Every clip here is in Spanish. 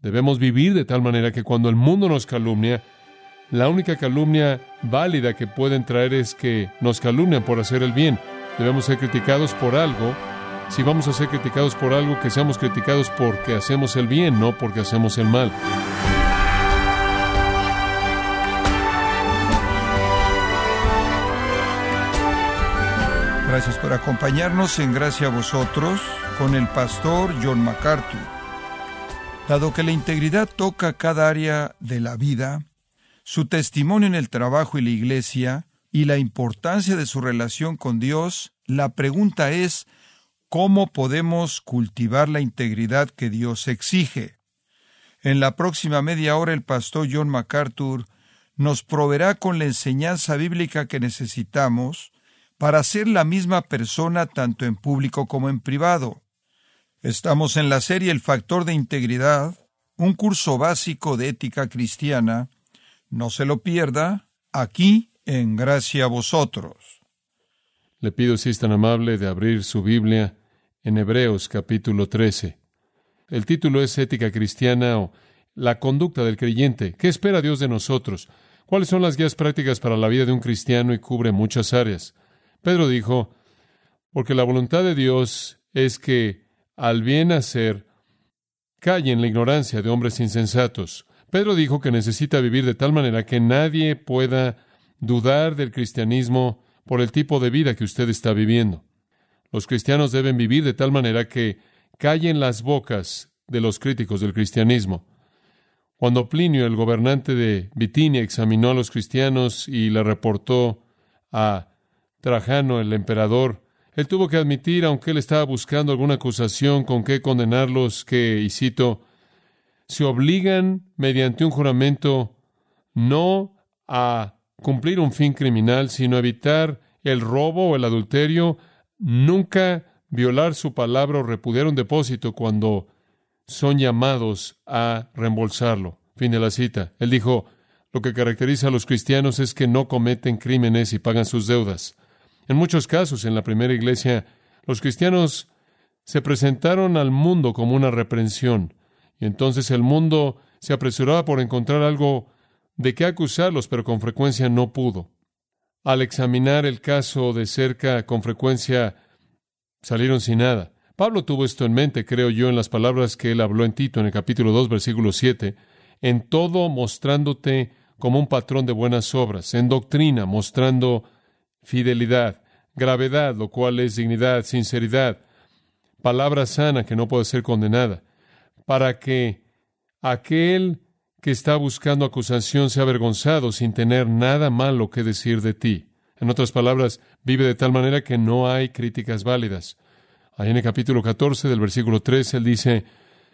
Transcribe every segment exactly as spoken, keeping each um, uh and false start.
Debemos vivir de tal manera que cuando el mundo nos calumnia, la única calumnia válida que pueden traer es que nos calumnian por hacer el bien. Debemos ser criticados por algo. Si vamos a ser criticados por algo, que seamos criticados porque hacemos el bien, no porque hacemos el mal. Gracias por acompañarnos en Gracia a Vosotros con el pastor John MacArthur. Dado que la integridad toca cada área de la vida, su testimonio en el trabajo y la iglesia, y la importancia de su relación con Dios, la pregunta es, ¿cómo podemos cultivar la integridad que Dios exige? En la próxima media hora el pastor John MacArthur nos proveerá con la enseñanza bíblica que necesitamos para ser la misma persona tanto en público como en privado. Estamos en la serie El Factor de Integridad, un curso básico de ética cristiana. No se lo pierda, aquí en Gracia a Vosotros. Le pido si es tan amable de abrir su Biblia en Hebreos capítulo trece. El título es Ética Cristiana o La conducta del creyente. ¿Qué espera Dios de nosotros? ¿Cuáles son las guías prácticas para la vida de un cristiano? Y cubre muchas áreas. Pedro dijo, porque la voluntad de Dios es que al bien hacer callen la ignorancia de hombres insensatos. Pedro dijo que necesita vivir de tal manera que nadie pueda dudar del cristianismo por el tipo de vida que usted está viviendo. Los cristianos deben vivir de tal manera que callen las bocas de los críticos del cristianismo. Cuando Plinio, el gobernante de Bitinia, examinó a los cristianos y le reportó a Trajano, el emperador, él tuvo que admitir, aunque él estaba buscando alguna acusación con qué condenarlos, que, y cito, se obligan mediante un juramento no a cumplir un fin criminal, sino a evitar el robo o el adulterio, nunca violar su palabra o repudiar un depósito cuando son llamados a reembolsarlo. Fin de la cita. Él dijo, lo que caracteriza a los cristianos es que no cometen crímenes y pagan sus deudas. En muchos casos, en la primera iglesia, los cristianos se presentaron al mundo como una reprensión, y entonces el mundo se apresuraba por encontrar algo de qué acusarlos, pero con frecuencia no pudo. Al examinar el caso de cerca, con frecuencia salieron sin nada. Pablo tuvo esto en mente, creo yo, en las palabras que él habló en Tito, en el capítulo dos, versículo siete, en todo mostrándote como un patrón de buenas obras, en doctrina, mostrando fidelidad, gravedad, lo cual es dignidad, sinceridad, palabra sana que no puede ser condenada, para que aquel que está buscando acusación sea avergonzado sin tener nada malo que decir de ti. En otras palabras, vive de tal manera que no hay críticas válidas. Ahí en el capítulo catorce del versículo tres, él dice,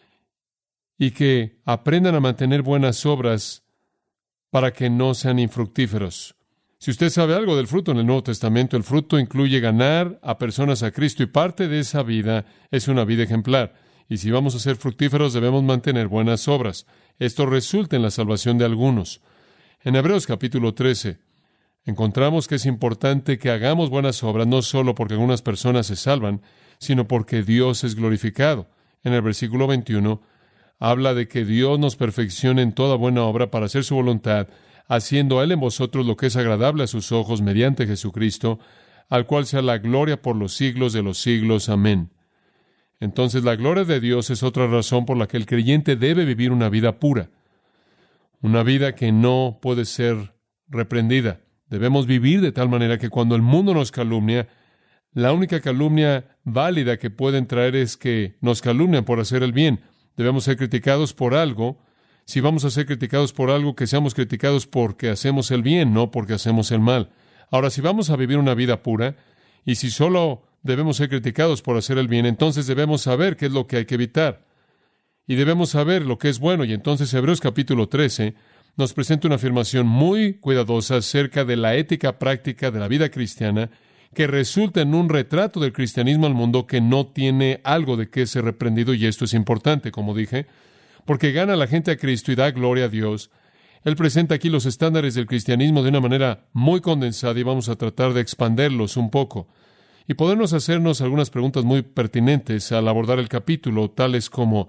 y que aprendan a mantener buenas obras para que no sean infructíferos. Si usted sabe algo del fruto en el Nuevo Testamento, el fruto incluye ganar a personas a Cristo y parte de esa vida es una vida ejemplar. Y si vamos a ser fructíferos, debemos mantener buenas obras. Esto resulta en la salvación de algunos. En Hebreos capítulo trece, encontramos que es importante que hagamos buenas obras, no solo porque algunas personas se salvan, sino porque Dios es glorificado. En el versículo veintiuno, habla de que Dios nos perfeccione en toda buena obra para hacer su voluntad, haciendo a Él en vosotros lo que es agradable a sus ojos mediante Jesucristo, al cual sea la gloria por los siglos de los siglos. Amén. Entonces, la gloria de Dios es otra razón por la que el creyente debe vivir una vida pura, una vida que no puede ser reprendida. Debemos vivir de tal manera que cuando el mundo nos calumnia, la única calumnia válida que pueden traer es que nos calumnian por hacer el bien. Debemos ser criticados por algo. Si vamos a ser criticados por algo, que seamos criticados porque hacemos el bien, no porque hacemos el mal. Ahora, si vamos a vivir una vida pura, y si solo debemos ser criticados por hacer el bien, entonces debemos saber qué es lo que hay que evitar. Y debemos saber lo que es bueno. Y entonces Hebreos capítulo trece nos presenta una afirmación muy cuidadosa acerca de la ética práctica de la vida cristiana, que resulta en un retrato del cristianismo al mundo que no tiene algo de qué ser reprendido. Y esto es importante, como dije, porque gana a la gente a Cristo y da gloria a Dios. Él presenta aquí los estándares del cristianismo de una manera muy condensada y vamos a tratar de expanderlos un poco y podernos hacernos algunas preguntas muy pertinentes al abordar el capítulo, tales como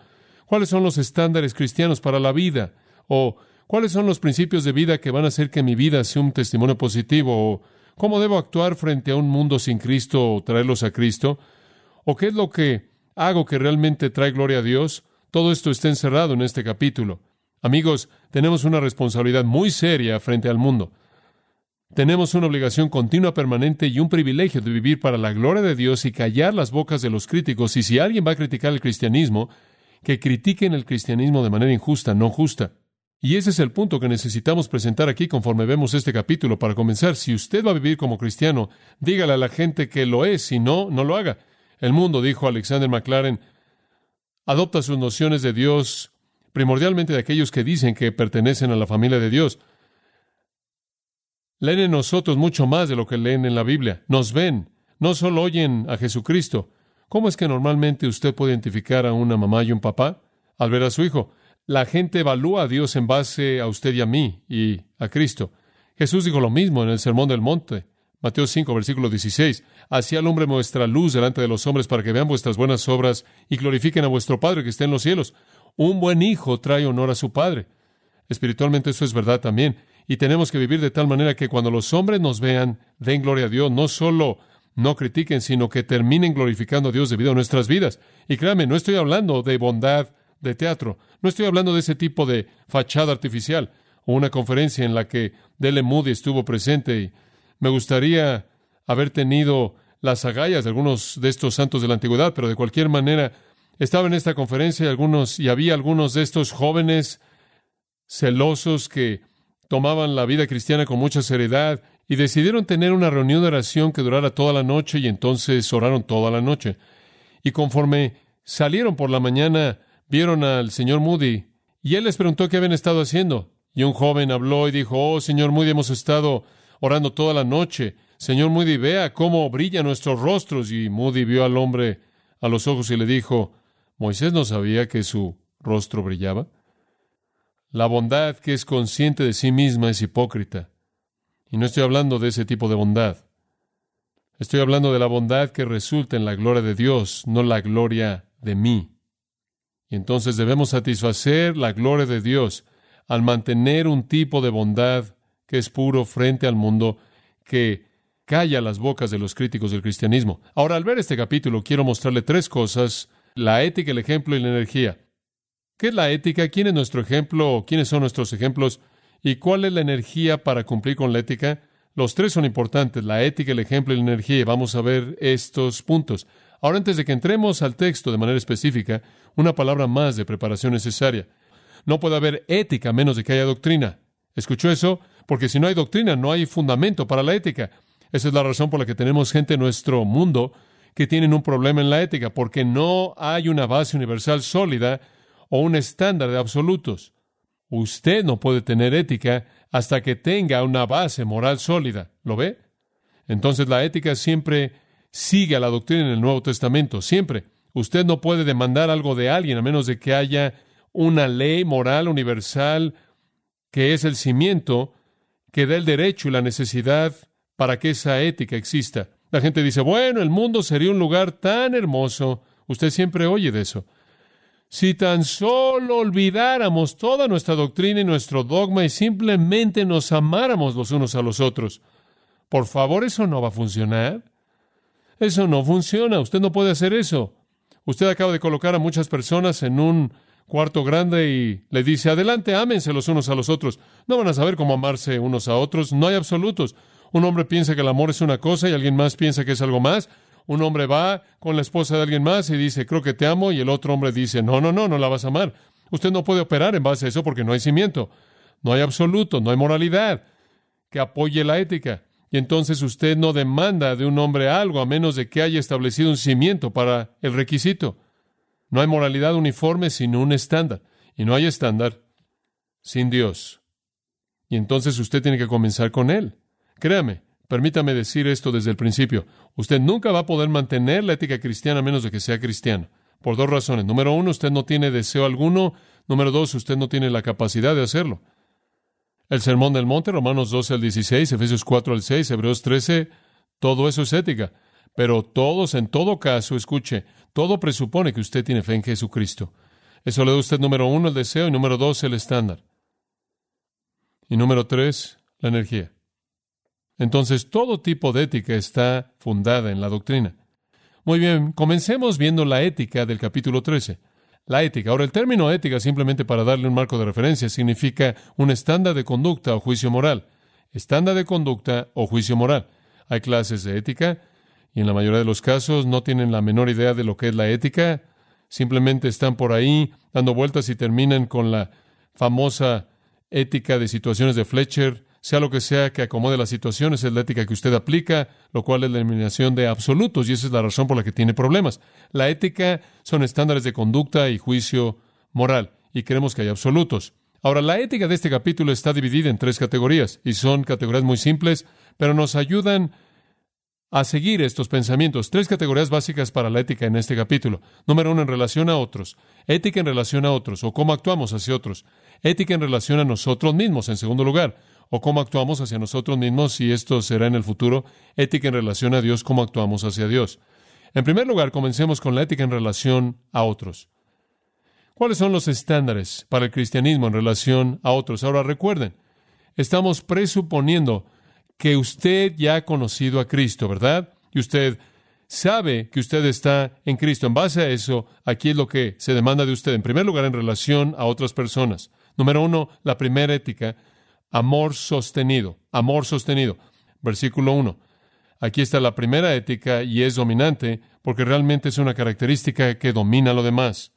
¿Cuáles son los estándares cristianos para la vida? ¿O cuáles son los principios de vida que van a hacer que mi vida sea un testimonio positivo? ¿O cómo debo actuar frente a un mundo sin Cristo o traerlos a Cristo? ¿O qué es lo que hago que realmente trae gloria a Dios? Todo esto está encerrado en este capítulo. Amigos, tenemos una responsabilidad muy seria frente al mundo. Tenemos una obligación continua, permanente y un privilegio de vivir para la gloria de Dios y callar las bocas de los críticos. Y si alguien va a criticar el cristianismo, que critiquen el cristianismo de manera injusta, no justa. Y ese es el punto que necesitamos presentar aquí conforme vemos este capítulo. Para comenzar, si usted va a vivir como cristiano, dígale a la gente que lo es, si no, no lo haga. El mundo, dijo Alexander Maclaren, adopta sus nociones de Dios primordialmente de aquellos que dicen que pertenecen a la familia de Dios. Leen en nosotros mucho más de lo que leen en la Biblia. Nos ven, no solo oyen a Jesucristo. ¿Cómo es que normalmente usted puede identificar a una mamá y un papá? Al ver a su hijo. La gente evalúa a Dios en base a usted y a mí y a Cristo. Jesús dijo lo mismo en el Sermón del Monte. Mateo cinco, versículo dieciséis. Así alumbre vuestra luz delante de los hombres para que vean vuestras buenas obras y glorifiquen a vuestro Padre que está en los cielos. Un buen hijo trae honor a su padre. Espiritualmente eso es verdad también. Y tenemos que vivir de tal manera que cuando los hombres nos vean, den gloria a Dios. No solo no critiquen, sino que terminen glorificando a Dios debido a nuestras vidas. Y créanme, no estoy hablando de bondad de teatro. No estoy hablando de ese tipo de fachada artificial o una conferencia en la que D L Moody estuvo presente. Y me gustaría haber tenido las agallas de algunos de estos santos de la antigüedad, pero de cualquier manera estaba en esta conferencia y, algunos, y había algunos de estos jóvenes celosos que tomaban la vida cristiana con mucha seriedad y decidieron tener una reunión de oración que durara toda la noche y entonces oraron toda la noche. Y conforme salieron por la mañana, vieron al señor Moody y él les preguntó qué habían estado haciendo. Y un joven habló y dijo, oh, señor Moody, hemos estado orando toda la noche. Señor Moody, vea cómo brillan nuestros rostros. Y Moody vio al hombre a los ojos y le dijo, ¿Moisés no sabía que su rostro brillaba? La bondad que es consciente de sí misma es hipócrita. Y no estoy hablando de ese tipo de bondad. Estoy hablando de la bondad que resulta en la gloria de Dios, no la gloria de mí. Y entonces debemos satisfacer la gloria de Dios al mantener un tipo de bondad que es puro frente al mundo, que calla las bocas de los críticos del cristianismo. Ahora, al ver este capítulo, quiero mostrarle tres cosas: la ética, el ejemplo y la energía. ¿Qué es la ética? ¿Quién es nuestro ejemplo? ¿Quiénes son nuestros ejemplos? ¿Y cuál es la energía para cumplir con la ética? Los tres son importantes, la ética, el ejemplo y la energía. Y vamos a ver estos puntos. Ahora, antes de que entremos al texto de manera específica, una palabra más de preparación necesaria. No puede haber ética a menos de que haya doctrina. ¿Escuchó eso? Porque si no hay doctrina, no hay fundamento para la ética. Esa es la razón por la que tenemos gente en nuestro mundo que tienen un problema en la ética, porque no hay una base universal sólida o un estándar de absolutos. Usted no puede tener ética hasta que tenga una base moral sólida. ¿Lo ve? Entonces la ética siempre sigue a la doctrina en el Nuevo Testamento, siempre. Usted no puede demandar algo de alguien a menos de que haya una ley moral universal que es el cimiento que da el derecho y la necesidad para que esa ética exista. La gente dice, bueno, el mundo sería un lugar tan hermoso. Usted siempre oye de eso. Si tan solo olvidáramos toda nuestra doctrina y nuestro dogma y simplemente nos amáramos los unos a los otros. Por favor, eso no va a funcionar. Eso no funciona. Usted no puede hacer eso. Usted acaba de colocar a muchas personas en un cuarto grande y le dice, adelante, ámense los unos a los otros. No van a saber cómo amarse unos a otros. No hay absolutos. Un hombre piensa que el amor es una cosa y alguien más piensa que es algo más. Un hombre va con la esposa de alguien más y dice, creo que te amo, y el otro hombre dice, no, no, no, no la vas a amar. Usted no puede operar en base a eso porque no hay cimiento, no hay absoluto, no hay moralidad que apoye la ética. Y entonces usted no demanda de un hombre algo a menos de que haya establecido un cimiento para el requisito. No hay moralidad uniforme sino un estándar. Y no hay estándar sin Dios. Y entonces usted tiene que comenzar con Él. Créame. Permítame decir esto desde el principio. Usted nunca va a poder mantener la ética cristiana a menos de que sea cristiano. Por dos razones. Número uno, usted no tiene deseo alguno. Número dos, usted no tiene la capacidad de hacerlo. El Sermón del Monte, Romanos doce al dieciséis, Efesios cuatro al seis, Hebreos trece, todo eso es ética. Pero todos, en todo caso, escuche, todo presupone que usted tiene fe en Jesucristo. Eso le da a usted, número uno, el deseo, y número dos, el estándar. Y número tres, la energía. Entonces, todo tipo de ética está fundada en la doctrina. Muy bien, comencemos viendo la ética del capítulo trece. La ética. Ahora, el término ética, simplemente para darle un marco de referencia, significa un estándar de conducta o juicio moral. Estándar de conducta o juicio moral. Hay clases de ética y en la mayoría de los casos no tienen la menor idea de lo que es la ética. Simplemente están por ahí dando vueltas y terminan con la famosa ética de situaciones de Fletcher. Sea lo que sea que acomode las situaciones, es la ética que usted aplica, lo cual es la eliminación de absolutos, y esa es la razón por la que tiene problemas. La ética son estándares de conducta y juicio moral, y queremos que haya absolutos. Ahora, la ética de este capítulo está dividida en tres categorías, y son categorías muy simples, pero nos ayudan a seguir estos pensamientos. Tres categorías básicas para la ética en este capítulo. Número uno, en relación a otros. Ética en relación a otros, o cómo actuamos hacia otros. Ética en relación a nosotros mismos, en segundo lugar, o cómo actuamos hacia nosotros mismos, y esto será en el futuro. Ética en relación a Dios, cómo actuamos hacia Dios. En primer lugar, comencemos con la ética en relación a otros. ¿Cuáles son los estándares para el cristianismo en relación a otros? Ahora, recuerden, estamos presuponiendo que usted ya ha conocido a Cristo, ¿verdad? Y usted sabe que usted está en Cristo. En base a eso, aquí es lo que se demanda de usted. En primer lugar, en relación a otras personas. Número uno, la primera ética, amor sostenido. Amor sostenido. Versículo uno. Aquí está la primera ética y es dominante porque realmente es una característica que domina lo demás.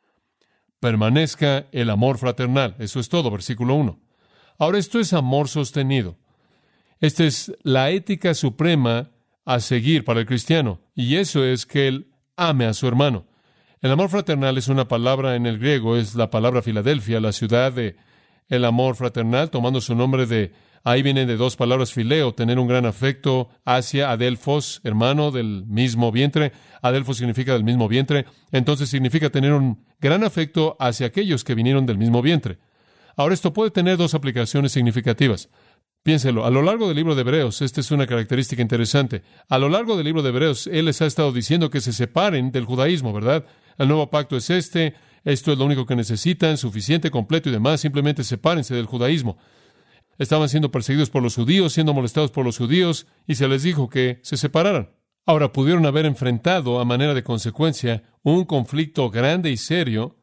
Permanezca el amor fraternal. Eso es todo, versículo uno. Ahora, esto es amor sostenido. Esta es la ética suprema a seguir para el cristiano, y eso es que él ame a su hermano. El amor fraternal es una palabra en el griego, es la palabra Filadelfia, la ciudad de el amor fraternal, tomando su nombre de, ahí vienen de dos palabras, fileo, tener un gran afecto hacia adelfos, hermano del mismo vientre. Adelfos significa del mismo vientre, entonces significa tener un gran afecto hacia aquellos que vinieron del mismo vientre. Ahora, esto puede tener dos aplicaciones significativas. Piénselo, a lo largo del libro de Hebreos, esta es una característica interesante. A lo largo del libro de Hebreos, Él les ha estado diciendo que se separen del judaísmo, ¿verdad? El nuevo pacto es este, esto es lo único que necesitan, suficiente, completo y demás, simplemente sepárense del judaísmo. Estaban siendo perseguidos por los judíos, siendo molestados por los judíos, y se les dijo que se separaran. Ahora, pudieron haber enfrentado, a manera de consecuencia, un conflicto grande y serio,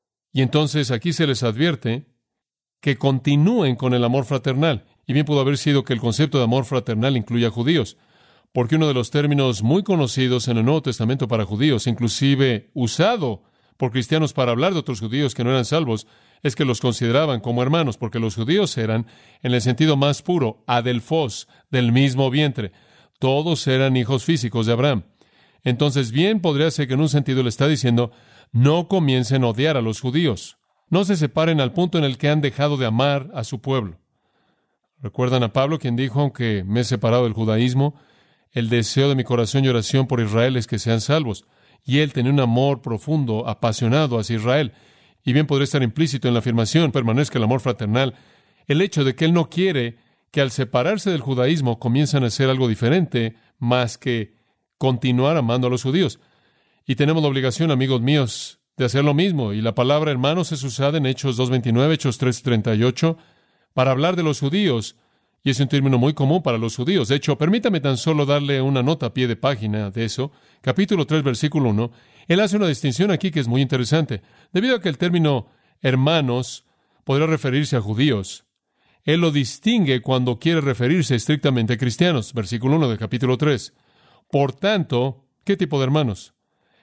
y entonces aquí se les advierte que continúen con el amor fraternal. Y bien pudo haber sido que el concepto de amor fraternal incluya judíos, porque uno de los términos muy conocidos en el Nuevo Testamento para judíos, inclusive usado por cristianos para hablar de otros judíos que no eran salvos, es que los consideraban como hermanos, porque los judíos eran, en el sentido más puro, adelfos, del mismo vientre. Todos eran hijos físicos de Abraham. Entonces, bien podría ser que en un sentido le está diciendo, no comiencen a odiar a los judíos. No se separen al punto en el que han dejado de amar a su pueblo. ¿Recuerdan a Pablo, quien dijo, aunque me he separado del judaísmo, el deseo de mi corazón y oración por Israel es que sean salvos? Y él tenía un amor profundo, apasionado hacia Israel. Y bien podría estar implícito en la afirmación, permanezca el amor fraternal, el hecho de que él no quiere que al separarse del judaísmo comiencen a hacer algo diferente más que continuar amando a los judíos. Y tenemos la obligación, amigos míos, de hacer lo mismo. Y la palabra hermanos es usada en Hechos dos veintinueve, Hechos tres treinta y ocho, para hablar de los judíos, y es un término muy común para los judíos. De hecho, permítame tan solo darle una nota a pie de página de eso. Capítulo tres, versículo uno. Él hace una distinción aquí que es muy interesante. Debido a que el término hermanos podrá referirse a judíos, él lo distingue cuando quiere referirse estrictamente a cristianos. Versículo uno del capítulo tres. Por tanto, ¿qué tipo de hermanos?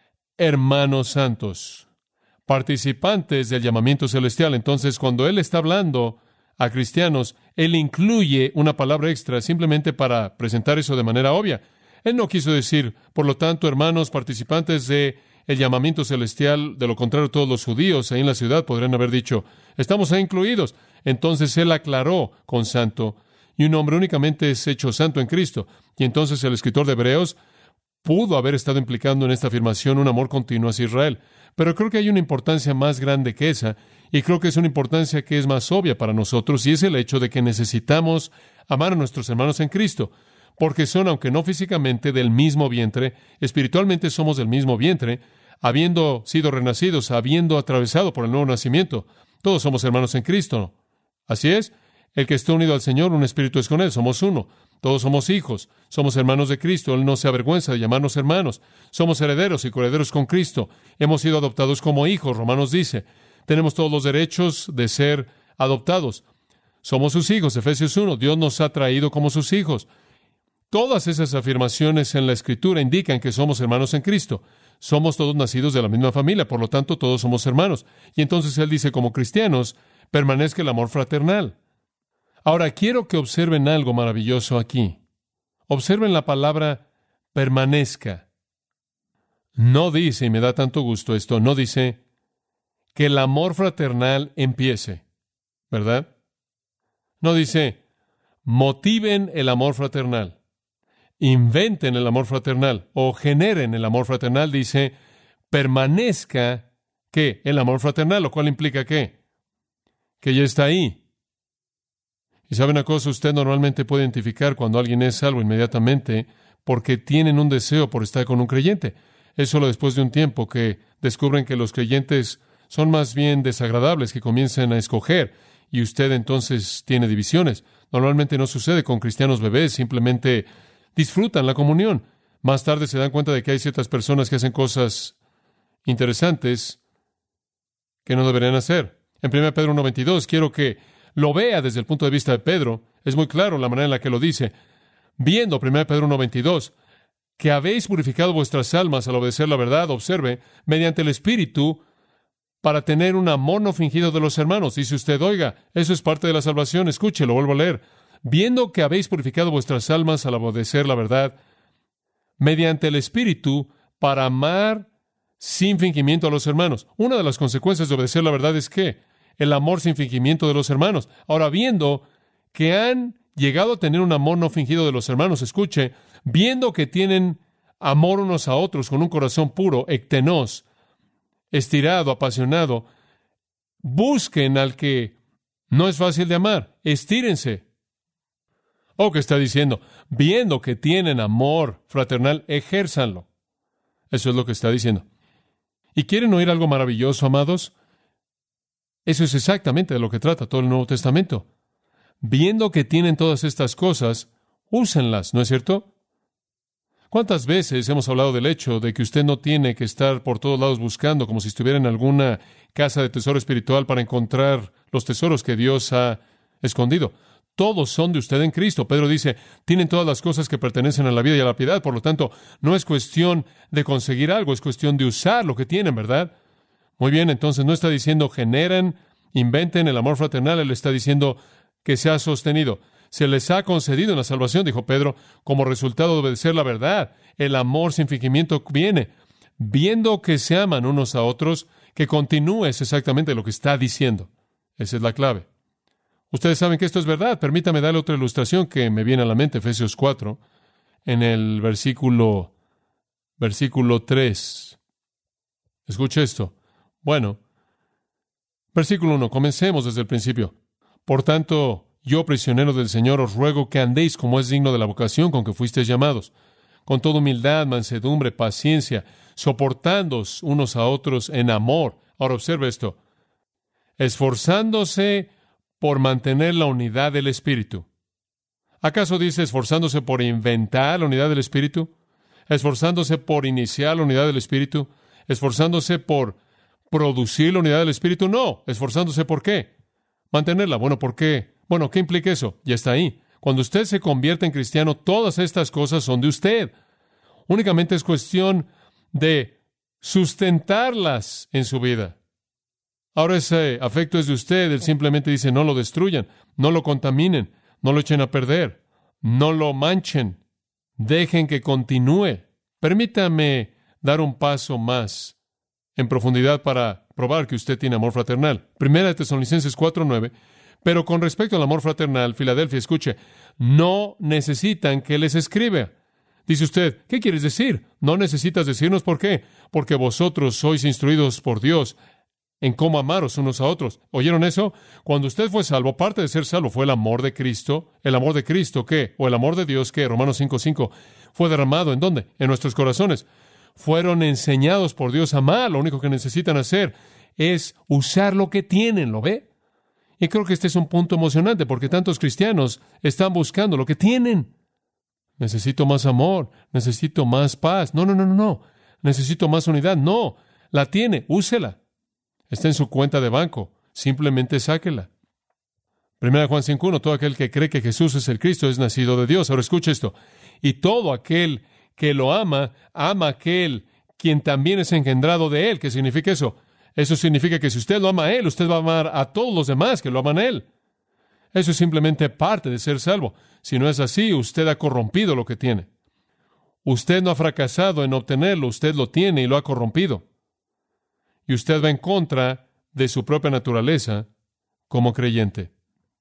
Hermanos santos, participantes del llamamiento celestial. Entonces, cuando él está hablando a cristianos, él incluye una palabra extra simplemente para presentar eso de manera obvia. Él no quiso decir, por lo tanto, hermanos participantes de el llamamiento celestial, de lo contrario, todos los judíos ahí en la ciudad podrían haber dicho, estamos ahí incluidos. Entonces él aclaró con santo, y un hombre únicamente es hecho santo en Cristo. Y entonces el escritor de Hebreos pudo haber estado implicando en esta afirmación un amor continuo hacia Israel. Pero creo que hay una importancia más grande que esa, y creo que es una importancia que es más obvia para nosotros, y es el hecho de que necesitamos amar a nuestros hermanos en Cristo, porque son, aunque no físicamente, del mismo vientre, espiritualmente somos del mismo vientre, habiendo sido renacidos, habiendo atravesado por el nuevo nacimiento. Todos somos hermanos en Cristo. Así es, el que está unido al Señor, un espíritu es con Él, somos uno. Todos somos hijos, somos hermanos de Cristo. Él no se avergüenza de llamarnos hermanos. Somos herederos y coherederos con Cristo. Hemos sido adoptados como hijos, Romanos dice. Tenemos todos los derechos de ser adoptados. Somos sus hijos, Efesios uno. Dios nos ha traído como sus hijos. Todas esas afirmaciones en la Escritura indican que somos hermanos en Cristo. Somos todos nacidos de la misma familia, por lo tanto, todos somos hermanos. Y entonces Él dice, como cristianos, permanezca el amor fraternal. Ahora, quiero que observen algo maravilloso aquí. Observen la palabra permanezca. No dice, y me da tanto gusto esto, no dice que el amor fraternal empiece, ¿verdad? No dice, motiven el amor fraternal, inventen el amor fraternal o generen el amor fraternal. Dice, permanezca, ¿qué? El amor fraternal, lo cual implica ¿qué? Que ya está ahí. Y sabe una cosa, usted normalmente puede identificar cuando alguien es salvo inmediatamente porque tienen un deseo por estar con un creyente. Es solo después de un tiempo que descubren que los creyentes son más bien desagradables, que comienzan a escoger, y usted entonces tiene divisiones. Normalmente no sucede con cristianos bebés, simplemente disfrutan la comunión. Más tarde se dan cuenta de que hay ciertas personas que hacen cosas interesantes que no deberían hacer. En primera Pedro uno veintidós, quiero que lo vea desde el punto de vista de Pedro. Es muy claro la manera en la que lo dice. Viendo primera Pedro uno veintidós, que habéis purificado vuestras almas al obedecer la verdad, observe, mediante el Espíritu, para tener un amor no fingido de los hermanos. Dice usted, oiga, eso es parte de la salvación. Escuche, lo vuelvo a leer. Viendo que habéis purificado vuestras almas al obedecer la verdad, mediante el Espíritu, para amar sin fingimiento a los hermanos. Una de las consecuencias de obedecer la verdad es que el amor sin fingimiento de los hermanos. Ahora, viendo que han llegado a tener un amor no fingido de los hermanos, escuche, viendo que tienen amor unos a otros con un corazón puro, ectenos, estirado, apasionado, busquen al que no es fácil de amar, estírense. ¿O qué está diciendo? Viendo que tienen amor fraternal, ejérzanlo. Eso es lo que está diciendo. ¿Y quieren oír algo maravilloso, amados? Eso es exactamente de lo que trata todo el Nuevo Testamento. Viendo que tienen todas estas cosas, úsenlas, ¿no es cierto? ¿Cuántas veces hemos hablado del hecho de que usted no tiene que estar por todos lados buscando como si estuviera en alguna casa de tesoro espiritual para encontrar los tesoros que Dios ha escondido? Todos son de usted en Cristo. Pedro dice, tienen todas las cosas que pertenecen a la vida y a la piedad. Por lo tanto, no es cuestión de conseguir algo, es cuestión de usar lo que tienen, ¿verdad? Muy bien, entonces no está diciendo generen, inventen el amor fraternal. Él está diciendo que se ha sostenido. Se les ha concedido en la salvación, dijo Pedro, como resultado de obedecer la verdad. El amor sin fingimiento viene. Viendo que se aman unos a otros, que continúe es exactamente lo que está diciendo. Esa es la clave. Ustedes saben que esto es verdad. Permítame darle otra ilustración que me viene a la mente, Efesios cuatro, en el versículo, versículo tres. Escuche esto. Bueno, versículo uno, comencemos desde el principio. Por tanto, yo, prisionero del Señor, os ruego que andéis como es digno de la vocación con que fuisteis llamados, con toda humildad, mansedumbre, paciencia, soportándoos unos a otros en amor. Ahora observe esto. Esforzándose por mantener la unidad del Espíritu. ¿Acaso dice esforzándose por inventar la unidad del Espíritu? ¿Esforzándose por iniciar la unidad del Espíritu? ¿Esforzándose por producir la unidad del Espíritu? No. ¿Esforzándose por qué? Mantenerla. Bueno, ¿por qué? Bueno, ¿qué implica eso? Ya está ahí. Cuando usted se convierte en cristiano, todas estas cosas son de usted. Únicamente es cuestión de sustentarlas en su vida. Ahora ese afecto es de usted. Él simplemente dice, no lo destruyan, no lo contaminen, no lo echen a perder, no lo manchen. Dejen que continúe. Permítame dar un paso más en profundidad para probar que usted tiene amor fraternal. Primera de Tesalonicenses cuatro nueve. Pero con respecto al amor fraternal, Filadelfia, escuche, no necesitan que les escriba. Dice usted, ¿qué quieres decir? No necesitas decirnos por qué. Porque vosotros sois instruidos por Dios en cómo amaros unos a otros. ¿Oyeron eso? Cuando usted fue salvo, parte de ser salvo fue el amor de Cristo. ¿El amor de Cristo qué? ¿O el amor de Dios qué? Romanos cinco cinco. Fue derramado, ¿en dónde? En nuestros corazones. fueron enseñados por Dios a amar. Lo único que necesitan hacer es usar lo que tienen, ¿lo ve? Y creo que este es un punto emocionante porque tantos cristianos están buscando lo que tienen. Necesito más amor, necesito más paz. No, no, no, no, no. Necesito más unidad. No, la tiene, úsela. Está en su cuenta de banco, simplemente sáquela. Primera de Juan cinco uno, todo aquel que cree que Jesús es el Cristo es nacido de Dios. Ahora escuche esto. Y todo aquel que lo ama, ama a aquel quien también es engendrado de él. ¿Qué significa eso? Eso significa que si usted lo ama a él, usted va a amar a todos los demás que lo aman a él. Eso es simplemente parte de ser salvo. Si no es así, usted ha corrompido lo que tiene. Usted no ha fracasado en obtenerlo, usted lo tiene y lo ha corrompido. Y usted va en contra de su propia naturaleza como creyente.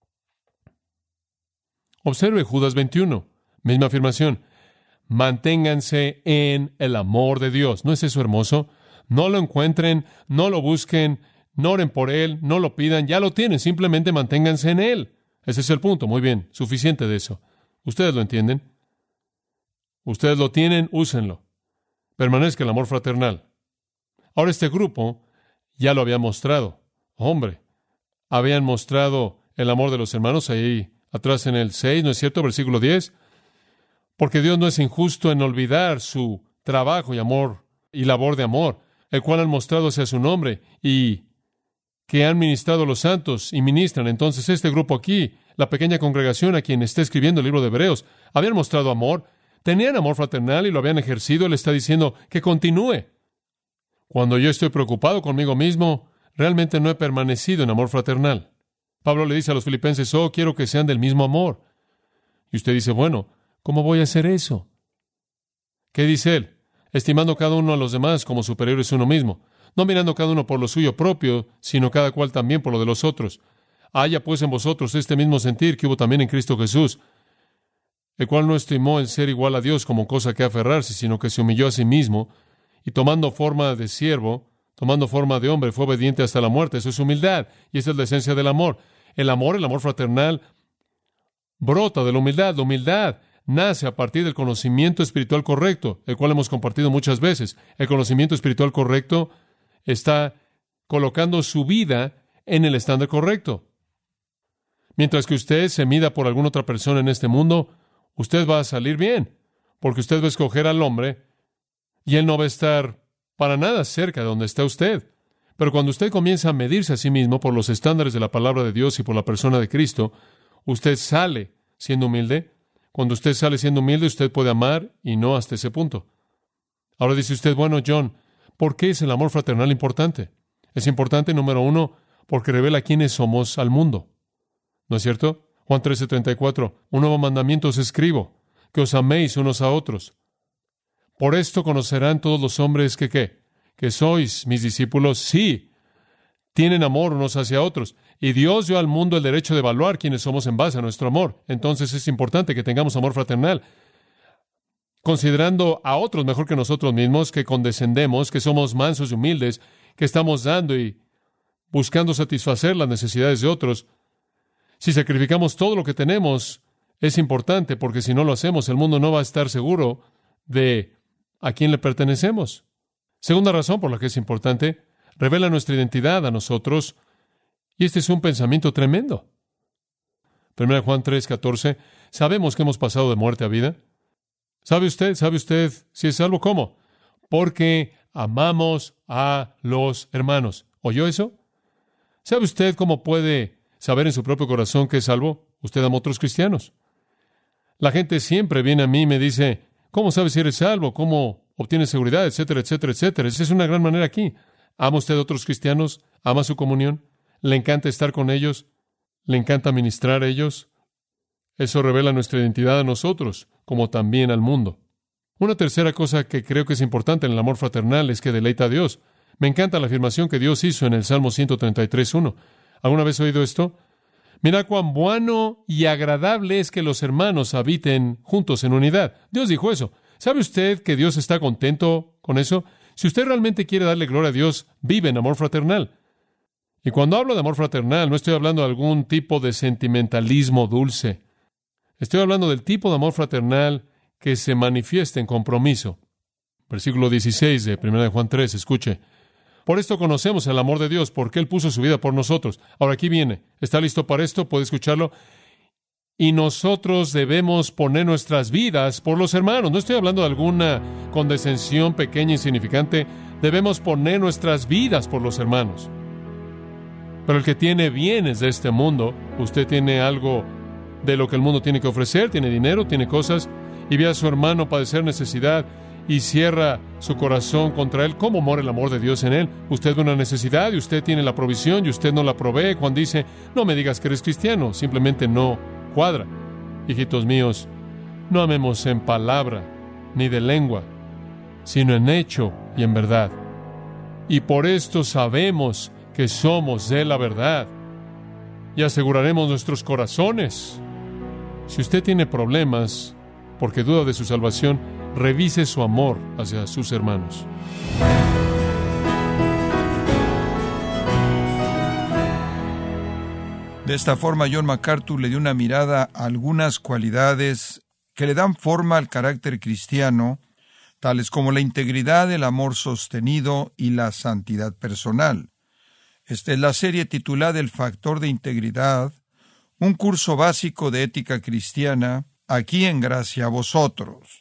Observe Judas veintiuno, misma afirmación. Manténganse en el amor de Dios. ¿No es eso hermoso? No lo encuentren, no lo busquen, no oren por él, no lo pidan, ya lo tienen, simplemente manténganse en él. Ese es el punto, muy bien, suficiente de eso. ¿Ustedes lo entienden? Ustedes lo tienen, úsenlo. Permanezca el amor fraternal. Ahora este grupo ya lo había mostrado. Hombre, habían mostrado el amor de los hermanos ahí atrás en el seis, ¿no es cierto? Versículo diez. Porque Dios no es injusto en olvidar su trabajo y amor y labor de amor, el cual han mostrado hacia su nombre y que han ministrado los santos y ministran. Entonces este grupo aquí, la pequeña congregación a quien está escribiendo el libro de Hebreos, habían mostrado amor, tenían amor fraternal y lo habían ejercido. Él está diciendo que continúe. Cuando yo estoy preocupado conmigo mismo, realmente no he permanecido en amor fraternal. Pablo le dice a los filipenses, oh, quiero que sean del mismo amor. Y usted dice, bueno, ¿cómo voy a hacer eso? ¿Qué dice él? Estimando cada uno a los demás como superiores a uno mismo, no mirando cada uno por lo suyo propio, sino cada cual también por lo de los otros. Haya pues en vosotros este mismo sentir que hubo también en Cristo Jesús, el cual no estimó el ser igual a Dios como cosa que aferrarse, sino que se humilló a sí mismo, y tomando forma de siervo, tomando forma de hombre, fue obediente hasta la muerte. Eso es humildad, y esa es la esencia del amor. El amor, el amor fraternal, brota de la humildad. La humildad nace a partir del conocimiento espiritual correcto, el cual hemos compartido muchas veces. El conocimiento espiritual correcto está colocando su vida en el estándar correcto. Mientras que usted se mida por alguna otra persona en este mundo, usted va a salir bien, porque usted va a escoger al hombre y él no va a estar para nada cerca de donde está usted. Pero cuando usted comienza a medirse a sí mismo por los estándares de la palabra de Dios y por la persona de Cristo, usted sale siendo humilde. Cuando usted sale siendo humilde, usted puede amar y no hasta ese punto. Ahora dice usted, bueno, John, ¿por qué es el amor fraternal importante? Es importante, número uno, porque revela quiénes somos al mundo. ¿No es cierto? Juan trece treinta y cuatro, un nuevo mandamiento os escribo, que os améis unos a otros. Por esto conocerán todos los hombres que, ¿qué? Que sois mis discípulos, sí, tienen amor unos hacia otros. Y Dios dio al mundo el derecho de evaluar quiénes somos en base a nuestro amor. Entonces es importante que tengamos amor fraternal, considerando a otros mejor que nosotros mismos, que condescendemos, que somos mansos y humildes, que estamos dando y buscando satisfacer las necesidades de otros. Si sacrificamos todo lo que tenemos, es importante, porque si no lo hacemos, el mundo no va a estar seguro de a quién le pertenecemos. Segunda razón por la que es importante, revela nuestra identidad a nosotros, y este es un pensamiento tremendo. Primera Juan tres catorce, ¿sabemos que hemos pasado de muerte a vida? ¿Sabe usted? ¿Sabe usted si es salvo? ¿Cómo? Porque amamos a los hermanos. ¿Oyó eso? ¿Sabe usted cómo puede saber en su propio corazón que es salvo? Usted ama a otros cristianos. La gente siempre viene a mí y me dice, ¿cómo sabe si eres salvo? ¿Cómo obtienes seguridad? Etcétera, etcétera, etcétera. Esa es una gran manera aquí. ¿Ama usted a otros cristianos? ¿Ama su comunión? ¿Le encanta estar con ellos? ¿Le encanta ministrar a ellos? Eso revela nuestra identidad a nosotros, como también al mundo. Una tercera cosa que creo que es importante en el amor fraternal es que deleita a Dios. Me encanta la afirmación que Dios hizo en el Salmo ciento treinta y tres uno. ¿Alguna vez ha oído esto? Mira cuán bueno y agradable es que los hermanos habiten juntos en unidad. Dios dijo eso. ¿Sabe usted que Dios está contento con eso? Si usted realmente quiere darle gloria a Dios, vive en amor fraternal. Y cuando hablo de amor fraternal, no estoy hablando de algún tipo de sentimentalismo dulce. Estoy hablando del tipo de amor fraternal que se manifiesta en compromiso. Versículo dieciséis de primera de Juan tres, escuche. Por esto conocemos el amor de Dios, porque Él puso su vida por nosotros. Ahora aquí viene. ¿Está listo para esto? ¿Puede escucharlo? Y nosotros debemos poner nuestras vidas por los hermanos. No estoy hablando de alguna condescensión pequeña e insignificante. Debemos poner nuestras vidas por los hermanos. Pero el que tiene bienes de este mundo, usted tiene algo de lo que el mundo tiene que ofrecer, tiene dinero, tiene cosas, y ve a su hermano padecer necesidad y cierra su corazón contra él. ¿Cómo mora el amor de Dios en él? Usted ve una necesidad y usted tiene la provisión y usted no la provee. Cuando dice, no me digas que eres cristiano, simplemente no cuadra. Hijitos míos, no amemos en palabra ni de lengua, sino en hecho y en verdad. Y por esto sabemos que somos de la verdad y aseguraremos nuestros corazones. Si usted tiene problemas porque duda de su salvación, revise su amor hacia sus hermanos. De esta forma, John MacArthur le dio una mirada a algunas cualidades que le dan forma al carácter cristiano, tales como la integridad, el amor sostenido y la santidad personal. Esta es la serie titulada El Factor de Integridad, un curso básico de ética cristiana, aquí en Gracia a Vosotros.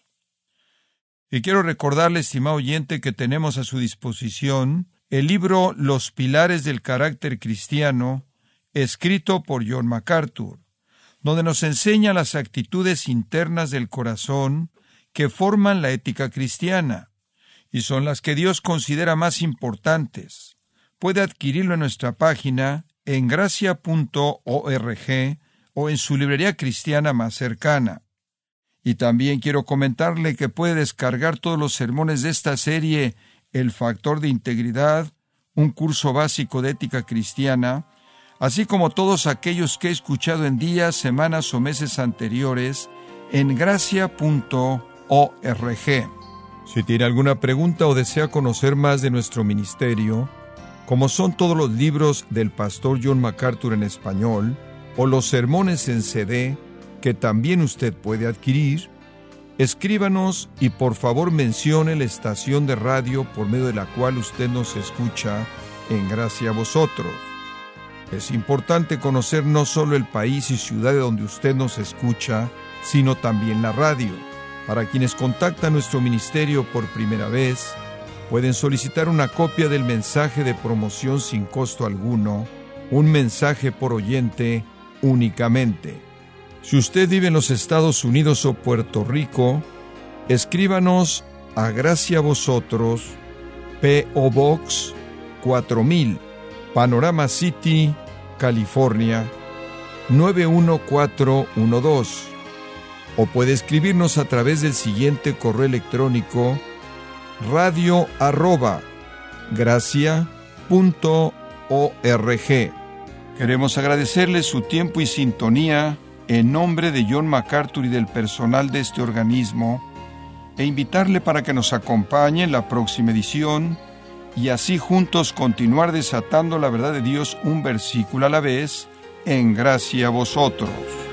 Y quiero recordarle, estimado oyente, que tenemos a su disposición el libro Los Pilares del Carácter Cristiano, escrito por John MacArthur, donde nos enseña las actitudes internas del corazón que forman la ética cristiana, y son las que Dios considera más importantes. Puede adquirirlo en nuestra página en gracia punto org o en su librería cristiana más cercana. Y también quiero comentarle que puede descargar todos los sermones de esta serie, El Factor de Integridad, un curso básico de ética cristiana, así como todos aquellos que he escuchado en días, semanas o meses anteriores, en gracia punto org. Si tiene alguna pregunta o desea conocer más de nuestro ministerio, como son todos los libros del pastor John MacArthur en español, o los sermones en C D, que también usted puede adquirir, escríbanos y por favor mencione la estación de radio por medio de la cual usted nos escucha en Gracia a Vosotros. Es importante conocer no solo el país y ciudad de donde usted nos escucha, sino también la radio. Para quienes contactan nuestro ministerio por primera vez, pueden solicitar una copia del mensaje de promoción sin costo alguno, un mensaje por oyente únicamente. Si usted vive en los Estados Unidos o Puerto Rico, escríbanos a Gracia a Vosotros, P O Box cuatro mil, Panorama City, California, nueve uno cuatro uno dos. O puede escribirnos a través del siguiente correo electrónico: radio arroba gracia punto org. Queremos agradecerle su tiempo y sintonía en nombre de John MacArthur y del personal de este organismo, e invitarle para que nos acompañe en la próxima edición y así juntos continuar desatando la verdad de Dios un versículo a la vez en Gracia a Vosotros.